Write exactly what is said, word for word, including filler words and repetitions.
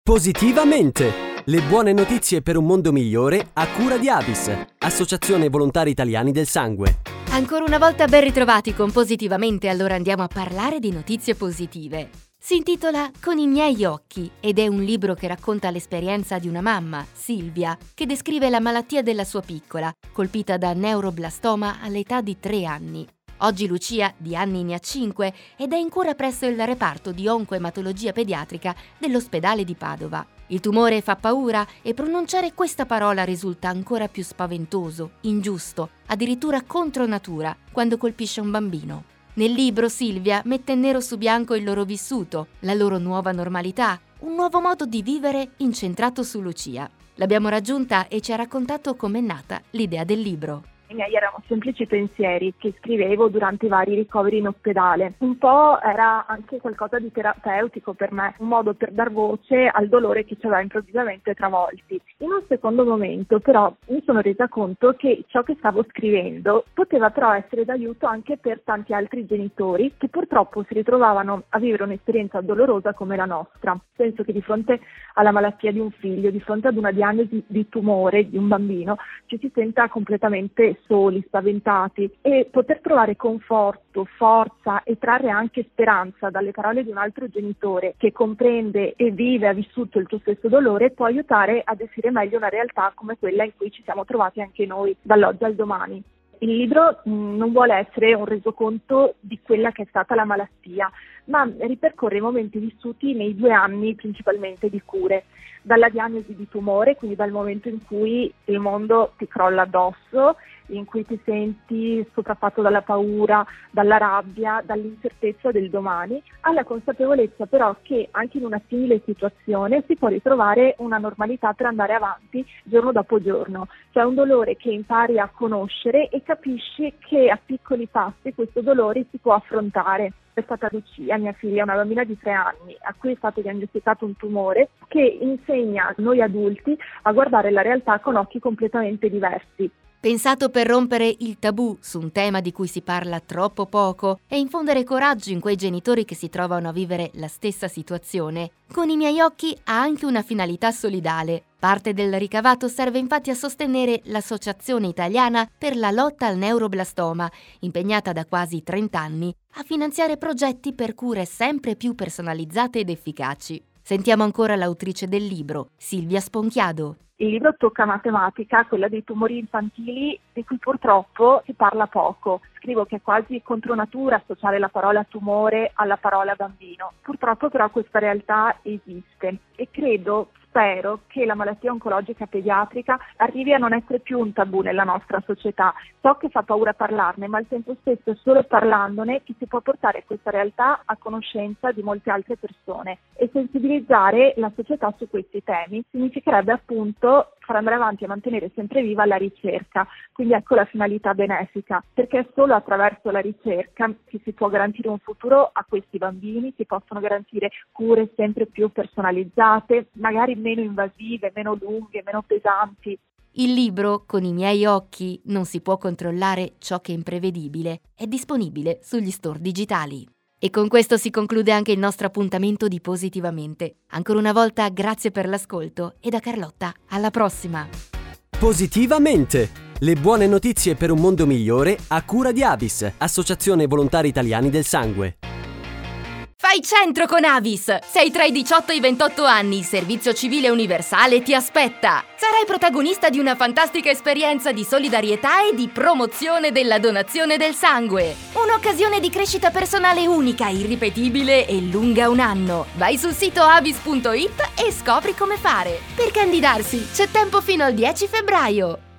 Positivamente! Le buone notizie per un mondo migliore a cura di Avis, Associazione Volontari Italiani del Sangue. Ancora una volta ben ritrovati con Positivamente, allora andiamo a parlare di notizie positive. Si intitola Con i miei occhi ed è un libro che racconta l'esperienza di una mamma, Silvia, che descrive la malattia della sua piccola, colpita da neuroblastoma all'età di tre anni. Oggi Lucia, di anni ne ha cinque, ed è in cura presso il reparto di oncoematologia pediatrica dell'ospedale di Padova. Il tumore fa paura e pronunciare questa parola risulta ancora più spaventoso, ingiusto, addirittura contro natura, quando colpisce un bambino. Nel libro Silvia mette nero su bianco il loro vissuto, la loro nuova normalità, un nuovo modo di vivere incentrato su Lucia. L'abbiamo raggiunta e ci ha raccontato com'è nata l'idea del libro. I miei erano semplici pensieri che scrivevo durante i vari ricoveri in ospedale. Un po' era anche qualcosa di terapeutico per me, un modo per dar voce al dolore che ci aveva improvvisamente travolti. In un secondo momento però mi sono resa conto che ciò che stavo scrivendo poteva però essere d'aiuto anche per tanti altri genitori che purtroppo si ritrovavano a vivere un'esperienza dolorosa come la nostra. Penso che di fronte alla malattia di un figlio, di fronte ad una diagnosi di tumore di un bambino, ci si senta completamente soli, spaventati, e poter trovare conforto, forza e trarre anche speranza dalle parole di un altro genitore che comprende e vive, ha vissuto il tuo stesso dolore, può aiutare a descrivere meglio una realtà come quella in cui ci siamo trovati anche noi dall'oggi al domani. Il libro mh, non vuole essere un resoconto di quella che è stata la malattia, ma ripercorre i momenti vissuti nei due anni principalmente di cure, dalla diagnosi di tumore, quindi dal momento in cui il mondo ti crolla addosso, in cui ti senti sopraffatto dalla paura, dalla rabbia, dall'incertezza del domani, alla consapevolezza però che anche in una simile situazione si può ritrovare una normalità per andare avanti giorno dopo giorno. C'è un dolore che impari a conoscere e capisci che a piccoli passi questo dolore si può affrontare. È stata Lucia, mia figlia, una bambina di tre anni, a cui è stato diagnosticato un tumore che insegna a noi adulti a guardare la realtà con occhi completamente diversi. Pensato per rompere il tabù su un tema di cui si parla troppo poco e infondere coraggio in quei genitori che si trovano a vivere la stessa situazione, Con i miei occhi ha anche una finalità solidale. Parte del ricavato serve infatti a sostenere l'Associazione Italiana per la lotta al neuroblastoma, impegnata da quasi trenta anni a finanziare progetti per cure sempre più personalizzate ed efficaci. Sentiamo ancora l'autrice del libro, Silvia Sponchiado. Il libro tocca una tematica, quella dei tumori infantili, di cui purtroppo si parla poco. Scrivo che è quasi contro natura associare la parola tumore alla parola bambino. Purtroppo però questa realtà esiste e credo, spero, che la malattia oncologica pediatrica arrivi a non essere più un tabù nella nostra società. So che fa paura parlarne, ma al tempo stesso è solo parlandone che si può portare questa realtà a conoscenza di molte altre persone e sensibilizzare la società su questi temi significherebbe appunto far andare avanti e mantenere sempre viva la ricerca. Quindi ecco la finalità benefica, perché è solo attraverso la ricerca che si può garantire un futuro a questi bambini, si possono garantire cure sempre più personalizzate, magari meno invasive, meno lunghe, meno pesanti. Il libro, Con i miei occhi, non si può controllare ciò che è imprevedibile, è disponibile sugli store digitali. E con questo si conclude anche il nostro appuntamento di Positivamente. Ancora una volta grazie per l'ascolto e da Carlotta alla prossima! Positivamente! Le buone notizie per un mondo migliore a cura di Avis, Associazione Volontari Italiani del Sangue. Fai centro con Avis! Sei tra i diciotto e i ventotto anni, il servizio civile universale ti aspetta! Sarai protagonista di una fantastica esperienza di solidarietà e di promozione della donazione del sangue. Un'occasione di crescita personale unica, irripetibile e lunga un anno. Vai sul sito avis punto it e scopri come fare. Per candidarsi c'è tempo fino al dieci febbraio.